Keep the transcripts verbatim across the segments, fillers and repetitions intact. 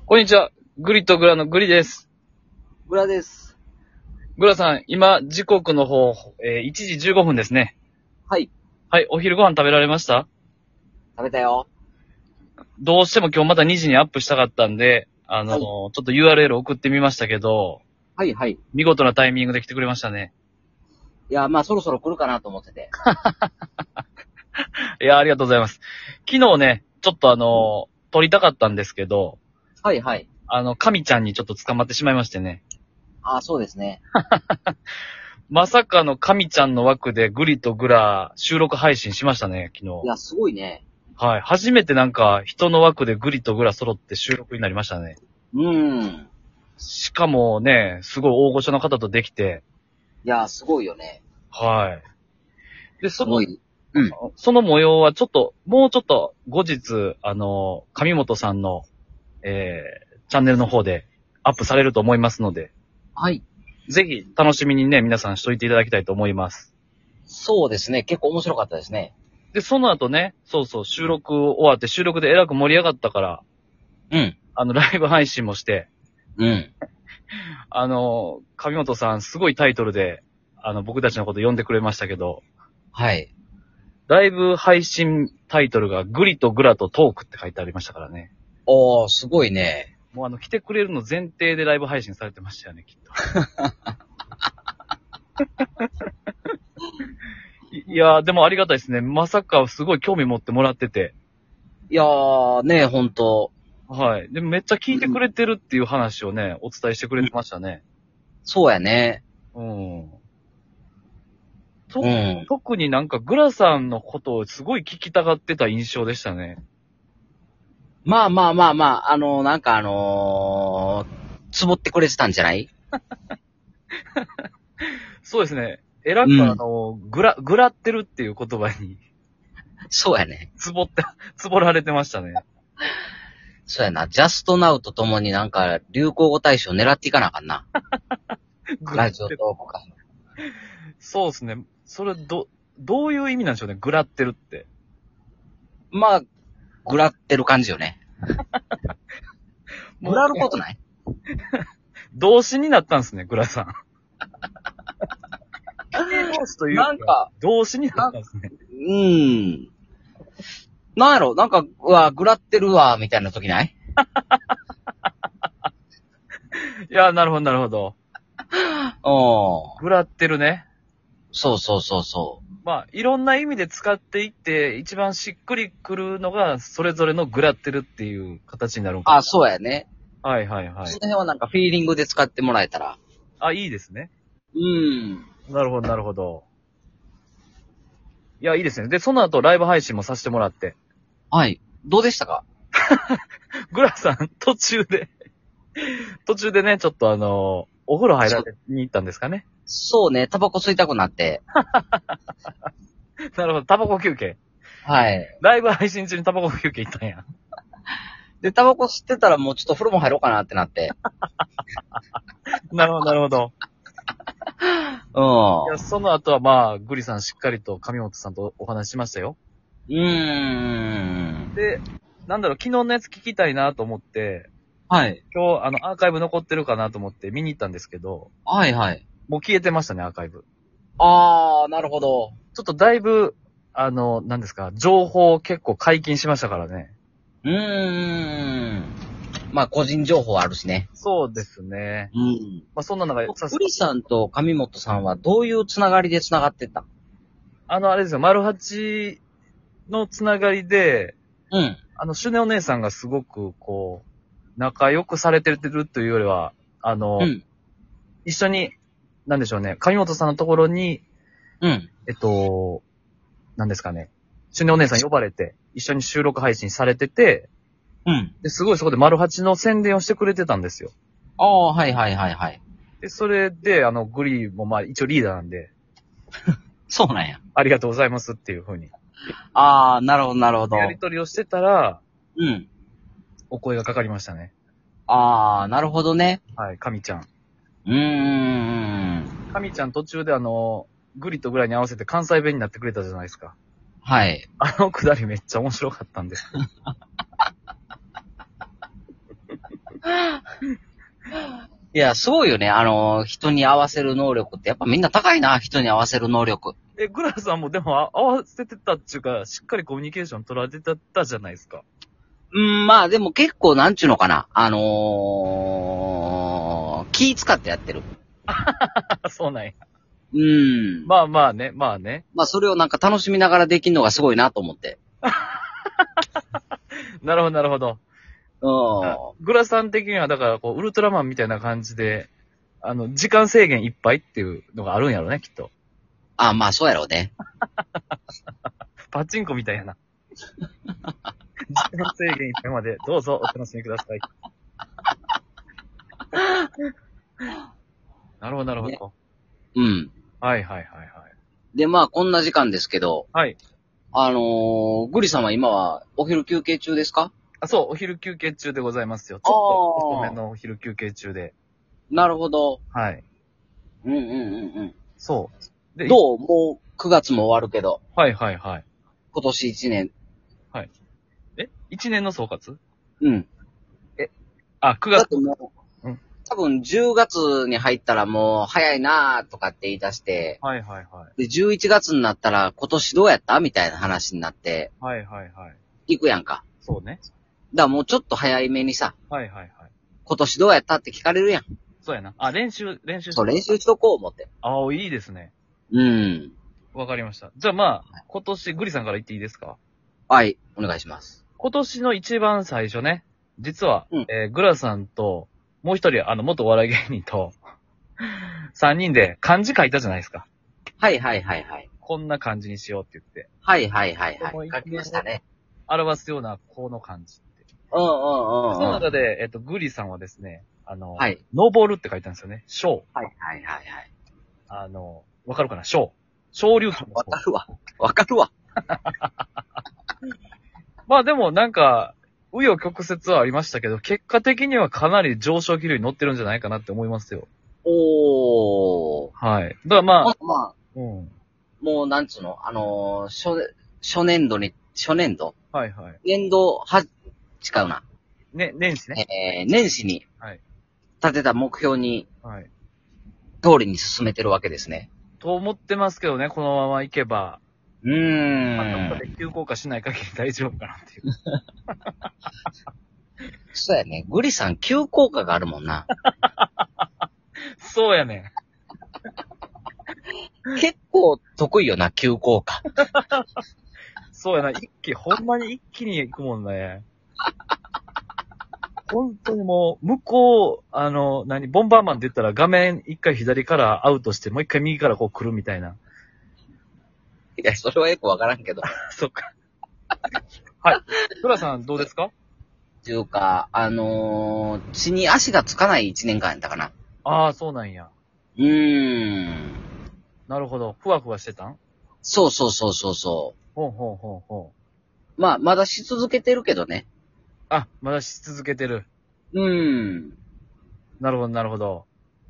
こんにちは。グリとグラのグリです。 グラです。 グラさん、今、時刻の方、えー、いちじじゅうごふんですね。 はい。 はい、お昼ご飯食べられました？ 食べたよ。 どうしても今日またにじにアップしたかったんで、あのーはいちょっと ユーアールエル 送ってみましたけど、 はいはい。 見事なタイミングで来てくれましたね。 いや、まあそろそろ来るかなと思ってて。 いや、ありがとうございます。昨日ね、ちょっとあのー撮りたかったんですけど、 はいはい。 あの、神ちゃんにちょっと捕まってしまいましてね。 ああ、そうですね。 まさかの神ちゃんの枠でグリとグラ収録配信しましたね、昨日。 いや、すごいね。 はい。初めてなんか人の枠でグリとグラ揃って収録になりましたね。 うーん。 しかもね、すごい大御所の方とできて、 いや、すごいよね。 はい。で、その、 すごい。うん。 その模様はちょっと、もうちょっと後日、あの、上本さんの、えー、チャンネルの方でアップされると思いますので、 はい。 ぜひ楽しみにね、皆さんしといていただきたいと思います。 そうですね。結構面白かったですね。 で、その後ね、そうそう、収録終わって収録でえらく盛り上がったから、 うん。 あの、ライブ配信もして、 うん。 あの、上本さん、すごいタイトルで、あの、僕たちのこと呼んでくれましたけど、 はい。 ライブ配信タイトルがグリとグラとトークって書いてありましたからね。 おー、すごいね。 もうあの、来てくれるの前提でライブ配信されてましたよね、きっと。いいやー、でもありがたいですね。まさかすごい興味持ってもらってて。 いやー、ね、ほんと。 はい。でもめっちゃ聞いてくれてるっていう話をね、お伝えしてくれてましたね。 そうやね。 うん。とうん。 特になんかグラさんのことをすごい聞きたがってた印象でしたね。 まあまあまあまあ、あのー、なんかあのー、つぼってくれてたんじゃない？ そうですね。えらくうんあの、ぐら、ぐらってるっていう言葉に、 そうやね。 つぼって、つぼられてましたね。 そうやな。ジャストナウと共になんか流行語大賞狙っていかなあかんな。ラジオトークか。 そうですね。それ、ど、どういう意味なんでしょうね。ぐらってるって。 まあ、ぐらってる感じよね。ぐらることない？ 動詞になったんですね、グラさん。形容詞というか、 なんか、 動詞になったんですね。 うーん。なんやろなんか、うわ、ぐらってるわ、みたいな時ない？ いや、なるほど、なるほど。 おー。 ぐらってるね。 そうそうそうそまあ、いろんな意味で使っていって、一番しっくりくるのが、それぞれのぐらってるっていう形になるのう。 か。 あ、そうやね。 はいはいはい。 その辺はなんかフィーリングで使ってもらえたら。 あ、いいですね。 うーん。 なるほど、なるほど。いや、いいですね。で、その後、ライブ配信もさせてもらって。 はい。どうでしたか？ グラさん、途中で途中でね、ちょっとあの、お風呂入られに行ったんですかね。 そうね、タバコ吸いたくなって。 なるほど、タバコ休憩。 はい。 ライブ配信中にタバコ休憩行ったんや。 で、タバコ吸ってたらもうちょっと風呂も入ろうかなってなって。 なるほど、なるほど。 ういや、その後はまあ、グリさんしっかりと上本さんとお話ししましたよ。 ん。うーん。 で、なんだろう、昨日のやつ聞きたいなと思って、 はい。 今日、あの、アーカイブ残ってるかなと思って見に行ったんですけど、 はいはい。 もう消えてましたね、アーカイブ。 あー、なるほど。 ちょっとだいぶ、あの、何ですか、情報結構解禁しましたからね。 うーん。まあ、個人情報あるしね。 そうですね。 うん。 まあ、そんな中で、さグリさんと上本さんはどういうつながりでつながってた？ あの、あれですよ、丸八のつながりで、 うん。 あの、シュネお姉さんがすごく、こう、仲良くされてるというよりは、あの、 うん。 一緒に、なんでしょうね、上本さんのところに、 うん。 えっと、なんですかね、シュネお姉さん呼ばれて、一緒に収録配信されてて、 うん。 で、すごいそこで丸八の宣伝をしてくれてたんですよ。 ああ、はいはいはいはい。 で、それで、あの、グリーもまあ一応リーダーなんで、 そうなんや。 ありがとうございますっていう風に、 ああ、なるほどなるほど。 やりとりをしてたら、 うん。 お声がかかりましたね。 ああ、なるほどね。 はい、神ちゃん。 うーん。 神ちゃん途中であの、グリとグラに合わせて関西弁になってくれたじゃないですか。 はい。 あのくだりめっちゃ面白かったんです。 いや、すごいよね。あの、人に合わせる能力って。やっぱみんな高いな、人に合わせる能力。 え、グラさんもでもあ合わせてたっていうか、しっかりコミュニケーション取られてたじゃないですか。 うん、まあでも結構なんちゅうのかな。あのー、気使ってやってる。 そうなんや。 うん。ままあまあね、まあね。 あそれをなんか楽しみながらできるのがすごいなと思って。 なるほど、なるほど。 うん。 グラさん的には、だから、こう、ウルトラマンみたいな感じで、あの、時間制限いっぱいっていうのがあるんやろね、きっと。 あ、まあそうやろうね。 パチンコみたいやな。時間制限いっぱいまで、どうぞお楽しみください。なるほど、なるほど。 ねうん。 はいはいはいはい。 で、まあこんな時間ですけど、 はい。 あのー、グリさんは今はお昼休憩中ですか？ あ、そう、お昼休憩中でございますよ。ちょっと遅めのお昼休憩中で。 なるほど。 はい。 うんうんうんうん。 そう。で、 どうもうくがつも終わるけど、 はいはいはい。 今年いちねん。 え一年の総括うん。 あ、9月。 だってもう、 うん多分じゅうがつに入ったらもう早いなーとかって言い出して、 はいはいはい。 で、じゅういちがつになったら今年どうやったみたいな話になって、 はいはいはい。 行くやんか。 そうね。 だからもうちょっと早いめにさ、 はいはいはい。 今年どうやったって聞かれるやん。 そうやな。あ、練習、練習そう、練習しとこう思って。 ああ、いいですね。 うん。 わかりました。じゃあまあ、今年、グリさんから言っていいですか？ はい、お願いします。 今年の一番最初ね、実は、 うんえーグラさんと、もう一人、あの、元お笑い芸人と、三人で漢字書いたじゃないですか。 はいはいはいはい。 こんな感じにしようって言って。 はいはいはいこのはい。書きましたね。 表すような、この漢字って。 うんうんうんそのうん。 中で、えっと、グリさんはですね、あの、 はい。 登るって書いたんですよね。小。 はいはいはいはい。 あの、わかるかな小。小流金の小わかるわ。わかるわ。 まあでもなんか、紆余曲折はありましたけど、結果的にはかなり上昇気流に乗ってるんじゃないかなって思いますよ。 おー。 はい。だからまあ、 ままあ、 うん。 もうなんつうの、あのー、初、初年度に、初年度はいはい。 年度は、違うな。 ね、年始ね。 えー、年始にはい。 立てた目標にはい。 通りに進めてるわけですね。 と思ってますけどね、このままいけば。 うーまあ、どっかん。 で急降下しない限り大丈夫かなっていう。 そうやね。グリさん急降下があるもんな。 そうやね。 結構得意よな、急降下。 そうやな。一気、ほんまに一気に行くもんね。本当にもう、向こう、あの、何、ボンバーマンって言ったら画面一回左からアウトして、もう一回右からこう来るみたいな。 いや、それはよくわからんけど。 そっか。はい。トラさんどうですか？ っていうか、あのー、地に足がつかない一年間やったかな。 ああ、そうなんや。 うーん。 なるほど。ふわふわしてたん？ そうそうそうそうそほうほうほうほう。 う。まあ、まだし続けてるけどね。 あ、まだし続けてる。 うーん。 なるほど、なるほど。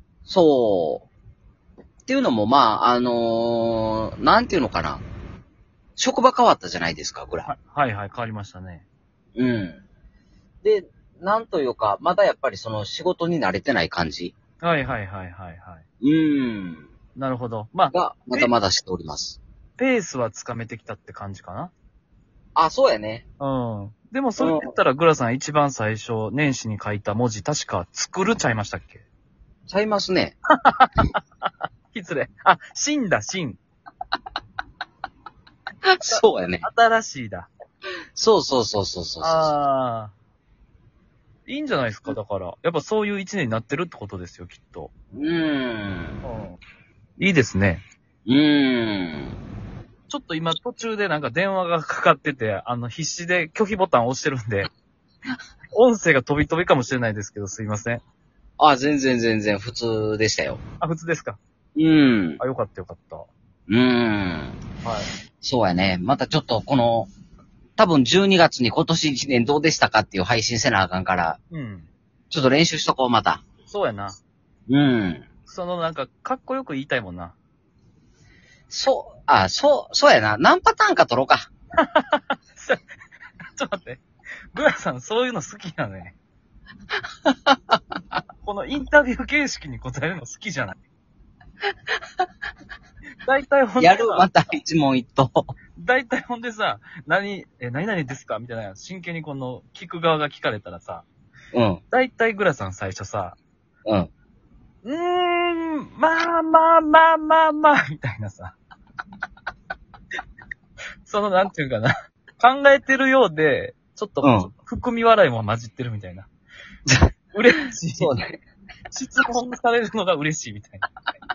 そう。っていうのも、まあ、あのー、なんていうのかな。職場変わったじゃないですか、ぐらい。 ははいはい、変わりましたね。 うん。で、なんというか、まだやっぱりその仕事に慣れてない感じ。 はいはいはいはいはうーん。 い。なるほど。まあ、 が、まだまだしております。 ペースはつかめてきたって感じかな。 あ、そうやね。 うん。でもそれって言ったら、グラさん一番最初、年始に書いた文字、確か作るちゃいましたっけ？ ちゃいますね。 失礼。あ、新だ、新。 そうやね。 新しいだ。 そうそうそうそうそうそう。 ああ。いいんじゃないですか、だから。やっぱそういう一年になってるってことですよ、きっと。 うーん。 うん。いいですね。 うーん。 ちょっと今途中でなんか電話がかかってて、あの必死で拒否ボタンを押してるんで、音声が飛び飛びかもしれないですけど、すいません。 あ、全然全然普通でしたよ。 あ、普通ですか？ うーん。 あ、よかったよかった。はうーん。 い。 そうやね。またちょっとこの、多分じゅうにがつに今年いちねんどうでしたかっていう配信せなあかんから、 うん。 ちょっと練習しとこう、また。 そうやな。 うん。 そのなんか、かっこよく言いたいもんな。 そう、あ、そう、そうやな。何パターンか取ろうか。 ちょっと待って。グラさんそういうの好きなのね。 このインタビュー形式に答えるの好きじゃない？大体ほんでさ、 やるまた一問一答。 大体ほんでさ、何、え、何々ですかみたいな、真剣にこの、聞く側が聞かれたらさ、 うん。 大体グラさん最初さ、 うん。 うーん、まあまあまあまあまあ、みたいなさ。その、なんていうかな。考えてるようで、ちょっと、 うん含み笑いも混じってるみたいな。嬉しい。 そうね。 質問されるのが嬉しいみたいな。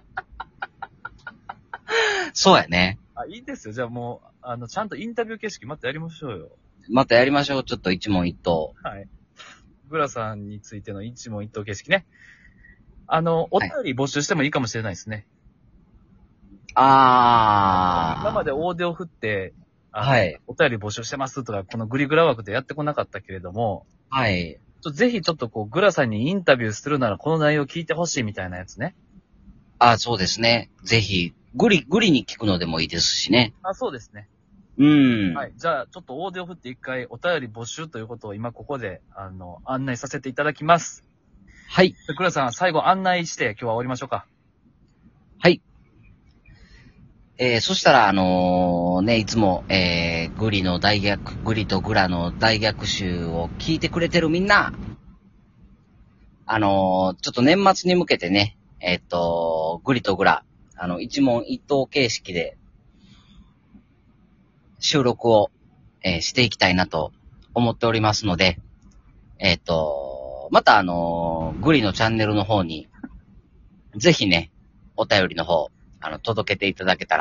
そうやね。 あ、いいですよ。じゃあもう、あの、ちゃんとインタビュー形式またやりましょうよ。 またやりましょう。ちょっと一問一答。 はい。グラさんについての一問一答形式ね。あの、お便り募集してもいいかもしれないですね。 あー。 今まで大手を振って、あのはい。 お便り募集してますとか、このグリグラ枠でやってこなかったけれども、 はい。 ちょぜひちょっとこう、グラさんにインタビューするならこの内容聞いてほしいみたいなやつね。 あ、そうですね。ぜひ、グリ、グリに聞くのでもいいですしね。 あ、そうですね。 うん。 はい。じゃあ、ちょっと大手を振って一回お便り募集ということを今ここで、あの、案内させていただきます。 はい。 で、グラさん、最後案内して今日は終わりましょうか。 はい。えー、そしたら、あのー、ね、いつも、えー、グリの大逆、グリとグラの大逆襲を聞いてくれてるみんな、あのー、ちょっと年末に向けてね、えっと、グリとグラ、あの、一問一答形式で、収録を、えーしていきたいなと思っておりますので、えっと、またあのー、グリのチャンネルの方に、ぜひね、お便りの方、あの、届けていただけたら、